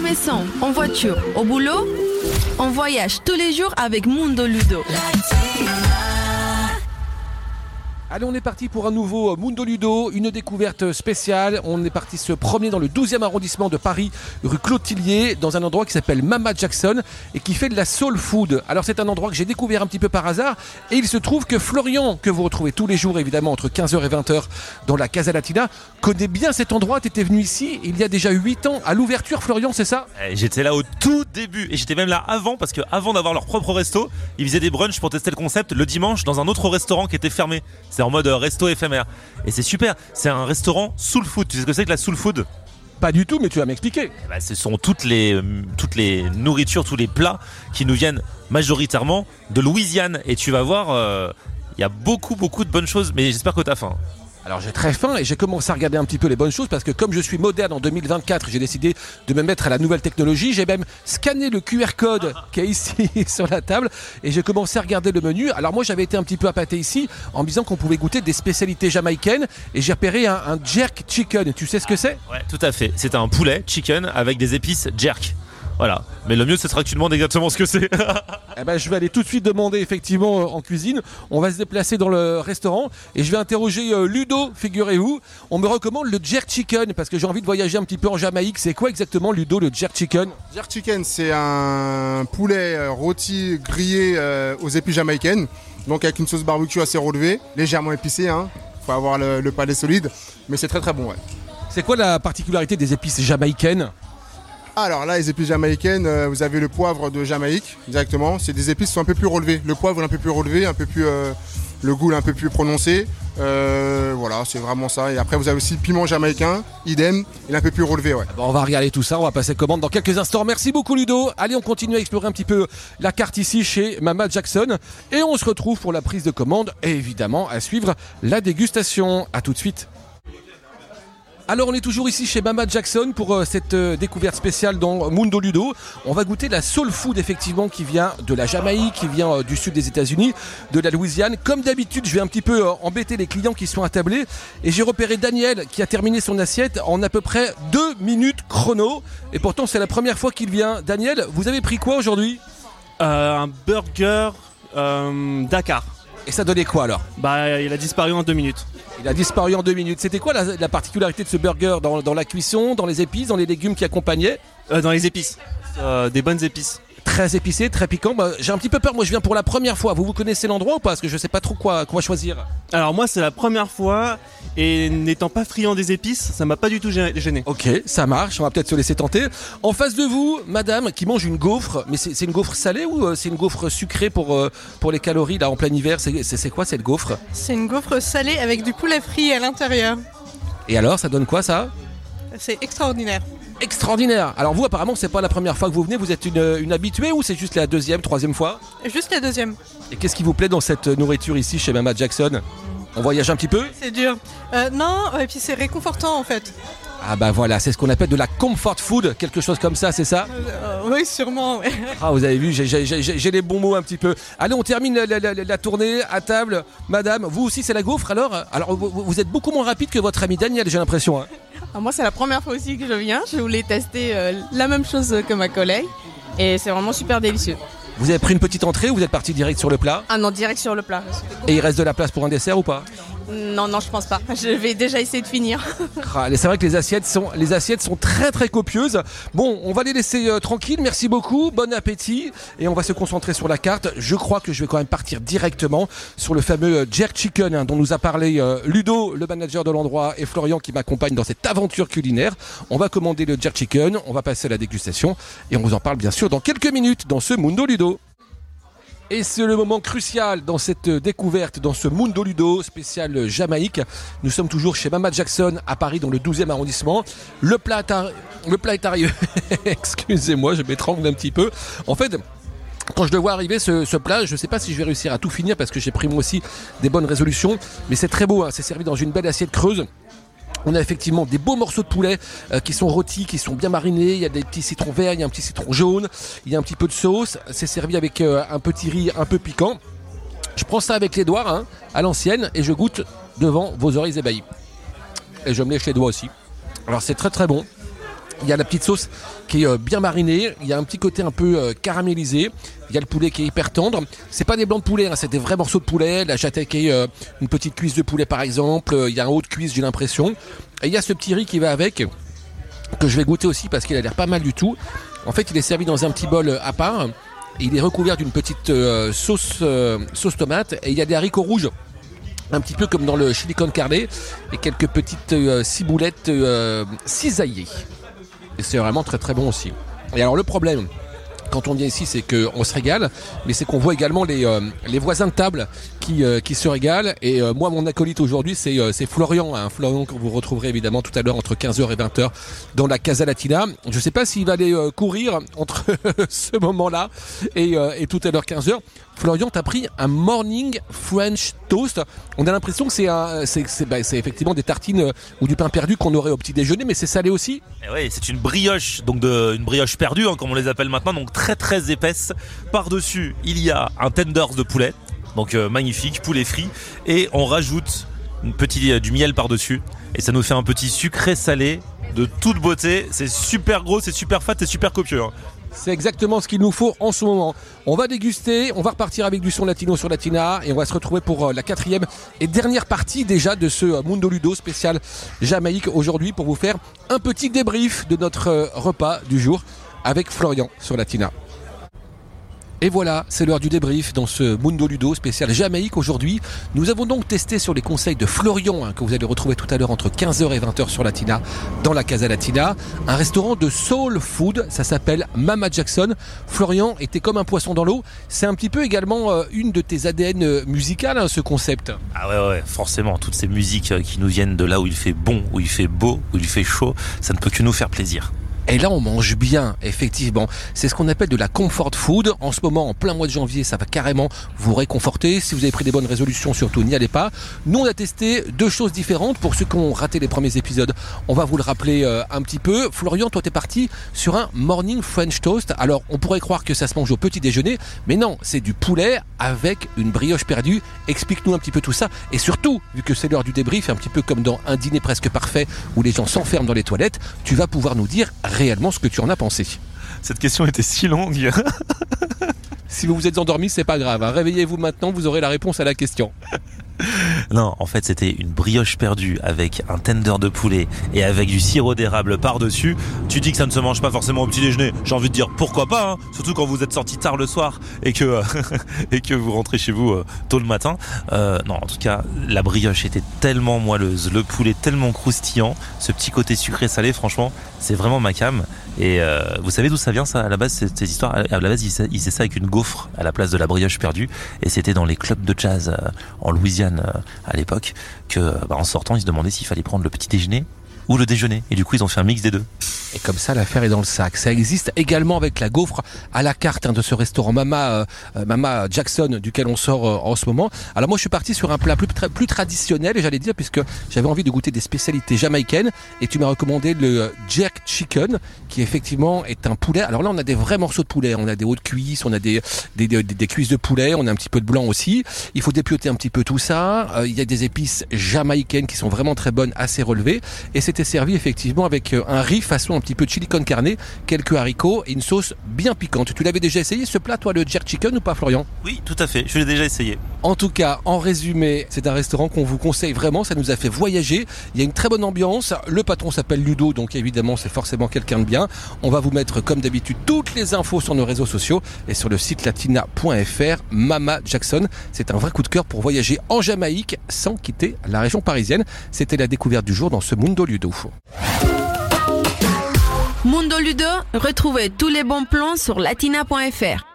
maison, en voiture, au boulot, on voyage tous les jours avec Mundo Ludo. Allez, on est parti pour un nouveau Mundo Ludo, une découverte spéciale. On est parti se promener dans le 12e arrondissement de Paris, rue Claude Tillier, dans un endroit qui s'appelle Mama Jackson et qui fait de la soul food. Alors c'est un endroit que j'ai découvert un petit peu par hasard et il se trouve que Florian, que vous retrouvez tous les jours évidemment entre 15h et 20h dans la Casa Latina, connaît bien cet endroit. Tu étais venu ici il y a déjà 8 ans à l'ouverture, Florian, c'est ça? J'étais là au tout début et j'étais même là avant parce qu'avant d'avoir leur propre resto, ils faisaient des brunchs pour tester le concept le dimanche dans un autre restaurant qui était fermé. C'est en mode resto éphémère. Et c'est super, c'est un restaurant soul food. Tu sais ce que c'est que la soul food? Pas du tout, mais tu vas m'expliquer. Ce sont toutes les nourritures, tous les plats qui nous viennent majoritairement de Louisiane. Et tu vas voir, il y a beaucoup de bonnes choses, mais j'espère que tu as faim. Alors j'ai très faim et j'ai commencé à regarder un petit peu les bonnes choses parce que comme je suis moderne en 2024, j'ai décidé de me mettre à la nouvelle technologie. J'ai même scanné le QR code qui est ici sur la table et j'ai commencé à regarder le menu. Alors moi j'avais été un petit peu appâté ici en me disant qu'on pouvait goûter des spécialités jamaïcaines et j'ai repéré un jerk chicken. Tu sais ce que c'est? Ouais, tout à fait. C'est un poulet chicken avec des épices jerk. Voilà, mais le mieux ce sera que tu demandes exactement ce que c'est. Eh ben, je vais aller tout de suite demander effectivement en cuisine. On va se déplacer dans le restaurant et je vais interroger Ludo, figurez-vous. On me recommande le jerk chicken parce que j'ai envie de voyager un petit peu en Jamaïque. C'est quoi exactement, Ludo, le jerk chicken? Jerk chicken, c'est un poulet rôti grillé aux épices jamaïcaines, donc avec une sauce barbecue assez relevée, légèrement épicée. Faut avoir le palais solide, mais c'est très très bon. Ouais. C'est quoi la particularité des épices jamaïcaines? Alors là, les épices jamaïcaines, vous avez le poivre de Jamaïque directement. C'est des épices qui sont un peu plus relevées. Le poivre est un peu plus relevé, un peu plus, le goût est un peu plus prononcé. Voilà, c'est vraiment ça. Et après, vous avez aussi le piment jamaïcain, idem, il est un peu plus relevé. Ouais. Bon, on va regarder tout ça, on va passer commande dans quelques instants. Merci beaucoup, Ludo. Allez, on continue à explorer un petit peu la carte ici chez Mama Jackson. Et on se retrouve pour la prise de commande et évidemment à suivre la dégustation. A tout de suite. Alors on est toujours ici chez Mama Jackson pour cette découverte spéciale dans Mundo Ludo. On va goûter la soul food effectivement qui vient de la Jamaïque, qui vient du sud des États-Unis, de la Louisiane. Comme d'habitude, je vais un petit peu embêter les clients qui sont attablés. Et j'ai repéré Daniel qui a terminé son assiette en à peu près 2 minutes chrono. Et pourtant c'est la première fois qu'il vient. Daniel, vous avez pris quoi aujourd'hui? Un burger Dakar. Et ça donnait quoi alors? Il a disparu en 2 minutes. Il a disparu en 2 minutes. C'était quoi la particularité de ce burger dans la cuisson, dans les épices, dans les légumes qui accompagnaient? Dans les épices. Des bonnes épices. Très épicé, très piquant. J'ai un petit peu peur, moi je viens pour la première fois. Vous connaissez l'endroit ou pas? Parce que je sais pas trop quoi choisir. Alors moi c'est la première fois et n'étant pas friand des épices, ça m'a pas du tout gêné. Ok, ça marche, on va peut-être se laisser tenter. En face de vous, madame qui mange une gaufre, mais c'est une gaufre salée ou c'est une gaufre sucrée pour les calories là en plein hiver? C'est quoi cette gaufre? C'est une gaufre salée avec du poulet frit à l'intérieur. Et alors, ça donne quoi ça? C'est extraordinaire. Extraordinaire. Alors vous apparemment c'est pas la première fois que vous venez, vous êtes une habituée ou c'est juste la deuxième, troisième fois? Juste la deuxième. Et qu'est-ce qui vous plaît dans cette nourriture ici chez Mama Jackson? On voyage un petit peu? C'est dur. Non, et puis c'est réconfortant en fait. Ah bah voilà, c'est ce qu'on appelle de la comfort food, quelque chose comme ça, c'est ça? Oui, sûrement, ouais. Ah vous avez vu, j'ai les bons mots un petit peu. Allez, on termine la tournée à table. Madame, vous aussi c'est la gaufre alors? Alors vous êtes beaucoup moins rapide que votre ami Daniel, j'ai l'impression. Alors moi c'est la première fois aussi que je viens, je voulais tester la même chose que ma collègue et c'est vraiment super délicieux. Vous avez pris une petite entrée ou vous êtes parti direct sur le plat? Ah non, direct sur le plat. Et il reste de la place pour un dessert ou pas? Non, je pense pas. Je vais déjà essayer de finir. C'est vrai que les assiettes sont très très copieuses. Bon, on va les laisser tranquilles. Merci beaucoup, bon appétit. Et on va se concentrer sur la carte. Je crois que je vais quand même partir directement sur le fameux jerk chicken dont nous a parlé Ludo, le manager de l'endroit, et Florian qui m'accompagne dans cette aventure culinaire. On va commander le jerk chicken, on va passer à la dégustation et on vous en parle bien sûr dans quelques minutes dans ce Mundo Ludo. Et c'est le moment crucial dans cette découverte, dans ce Mundo Ludo spécial Jamaïque. Nous sommes toujours chez Mama Jackson à Paris dans le 12e arrondissement. Le plat est arrivé. Excusez-moi, je m'étrangle un petit peu. En fait, quand je le vois arriver ce plat, je ne sais pas si je vais réussir à tout finir parce que j'ai pris moi aussi des bonnes résolutions. Mais c'est très beau, c'est servi dans une belle assiette creuse. On a effectivement des beaux morceaux de poulet qui sont rôtis, qui sont bien marinés. Il y a des petits citrons verts, il y a un petit citron jaune, il y a un petit peu de sauce. C'est servi avec un petit riz un peu piquant. Je prends ça avec les doigts à l'ancienne et je goûte devant vos oreilles ébahies. Et je me lèche les doigts aussi. Alors c'est très très bon. Il y a la petite sauce qui est bien marinée, il y a un petit côté un peu caramélisé, il y a le poulet qui est hyper tendre. C'est pas des blancs de poulet, hein, c'est des vrais morceaux de poulet. Là j'attaquais une petite cuisse de poulet par exemple, il y a un haut de cuisse j'ai l'impression. Et il y a ce petit riz qui va avec, que je vais goûter aussi parce qu'il a l'air pas mal du tout. En fait il est servi dans un petit bol à part, et il est recouvert d'une petite sauce tomate, et il y a des haricots rouges. Un petit peu comme dans le chili con carne, et quelques petites ciboulettes cisaillées. Et c'est vraiment très très bon aussi. Et alors le problème, quand on vient ici, c'est qu'on se régale, mais c'est qu'on voit également les voisins de table qui se régalent. Et moi, mon acolyte aujourd'hui, c'est Florian. Hein, Florian que vous retrouverez évidemment tout à l'heure entre 15h et 20h dans la Casa Latina. Je ne sais pas s'il va aller courir entre ce moment-là et tout à l'heure 15h. Florian, t'as pris un morning French toast. On a l'impression que c'est effectivement des tartines ou du pain perdu qu'on aurait au petit déjeuner, mais c'est salé aussi. Et oui, c'est une brioche, donc une brioche perdue, hein, comme on les appelle maintenant, donc très très épaisse. Par-dessus, il y a un tenders de poulet, donc magnifique, poulet frit, et on rajoute du miel par-dessus, et ça nous fait un petit sucré salé de toute beauté. C'est super gros, c'est super fat, c'est super copieux. Hein. C'est exactement ce qu'il nous faut en ce moment. On va déguster, on va repartir avec du son latino sur Latina et on va se retrouver pour la 4e et dernière partie déjà de ce Mundo Ludo spécial Jamaïque aujourd'hui pour vous faire un petit débrief de notre repas du jour avec Florian sur Latina. Et voilà, c'est l'heure du débrief dans ce Mundo Ludo spécial Jamaïque aujourd'hui. Nous avons donc testé sur les conseils de Florian, hein, que vous allez retrouver tout à l'heure entre 15h et 20h sur Latina, dans la Casa Latina, un restaurant de soul food, ça s'appelle Mama Jackson. Florian était comme un poisson dans l'eau, c'est un petit peu également une de tes ADN musicales, hein, ce concept. Ah ouais, forcément, toutes ces musiques qui nous viennent de là où il fait bon, où il fait beau, où il fait chaud, ça ne peut que nous faire plaisir. Et là, on mange bien, effectivement. C'est ce qu'on appelle de la comfort food. En ce moment, en plein mois de janvier, ça va carrément vous réconforter. Si vous avez pris des bonnes résolutions, surtout, n'y allez pas. Nous, on a testé 2 choses différentes. Pour ceux qui ont raté les premiers épisodes, on va vous le rappeler un petit peu. Florian, toi, t'es parti sur un morning French toast. Alors, on pourrait croire que ça se mange au petit déjeuner, mais non, c'est du poulet avec une brioche perdue. Explique-nous un petit peu tout ça. Et surtout, vu que c'est l'heure du débrief, un petit peu comme dans Un dîner presque parfait, où les gens s'enferment dans les toilettes, tu vas pouvoir nous dire réellement ce que tu en as pensé. Cette question était si longue. Si vous vous êtes endormi, c'est pas grave, hein. Réveillez-vous maintenant, vous aurez la réponse à la question. Non, en fait, c'était une brioche perdue avec un tender de poulet et avec du sirop d'érable par-dessus. Tu dis que ça ne se mange pas forcément au petit déjeuner. J'ai envie de dire pourquoi pas, hein. Surtout quand vous êtes sorti tard le soir et que et que vous rentrez chez vous tôt le matin. Non, en tout cas, la brioche était tellement moelleuse, le poulet tellement croustillant, ce petit côté sucré salé, franchement, c'est vraiment ma came. Et vous savez d'où ça vient ça à la base, ces histoires? À la base, il faisait ça avec une gaufre à la place de la brioche perdue, et c'était dans les clubs de jazz en Louisiane à l'époque que en sortant ils se demandaient s'il fallait prendre le petit déjeuner ou le déjeuner, et du coup ils ont fait un mix des deux. Et comme ça, l'affaire est dans le sac. Ça existe également avec la gaufre à la carte, hein, de ce restaurant Mama Jackson, duquel on sort en ce moment. Alors moi, je suis parti sur un plat plus traditionnel, et j'allais dire, puisque j'avais envie de goûter des spécialités jamaïcaines, et tu m'as recommandé le jerk chicken, qui effectivement est un poulet. Alors là, on a des vrais morceaux de poulet, on a des hautes cuisses, on a des cuisses de poulet, on a un petit peu de blanc aussi. Il faut dépioter un petit peu tout ça. Il y a des épices jamaïcaines qui sont vraiment très bonnes, assez relevées, et c'était servi effectivement avec un riz façon un petit peu chili con carne, quelques haricots et une sauce bien piquante. Tu l'avais déjà essayé ce plat, toi, le jerk chicken, ou pas, Florian? Oui, tout à fait, je l'ai déjà essayé. En tout cas, en résumé, c'est un restaurant qu'on vous conseille vraiment, ça nous a fait voyager, il y a une très bonne ambiance, le patron s'appelle Ludo, donc évidemment c'est forcément quelqu'un de bien. On va vous mettre comme d'habitude toutes les infos sur nos réseaux sociaux et sur le site latina.fr. Mama Jackson, c'est un vrai coup de cœur pour voyager en Jamaïque sans quitter la région parisienne. C'était la découverte du jour dans ce Mundo Ludo. Mundo Ludo, retrouvez tous les bons plans sur latina.fr.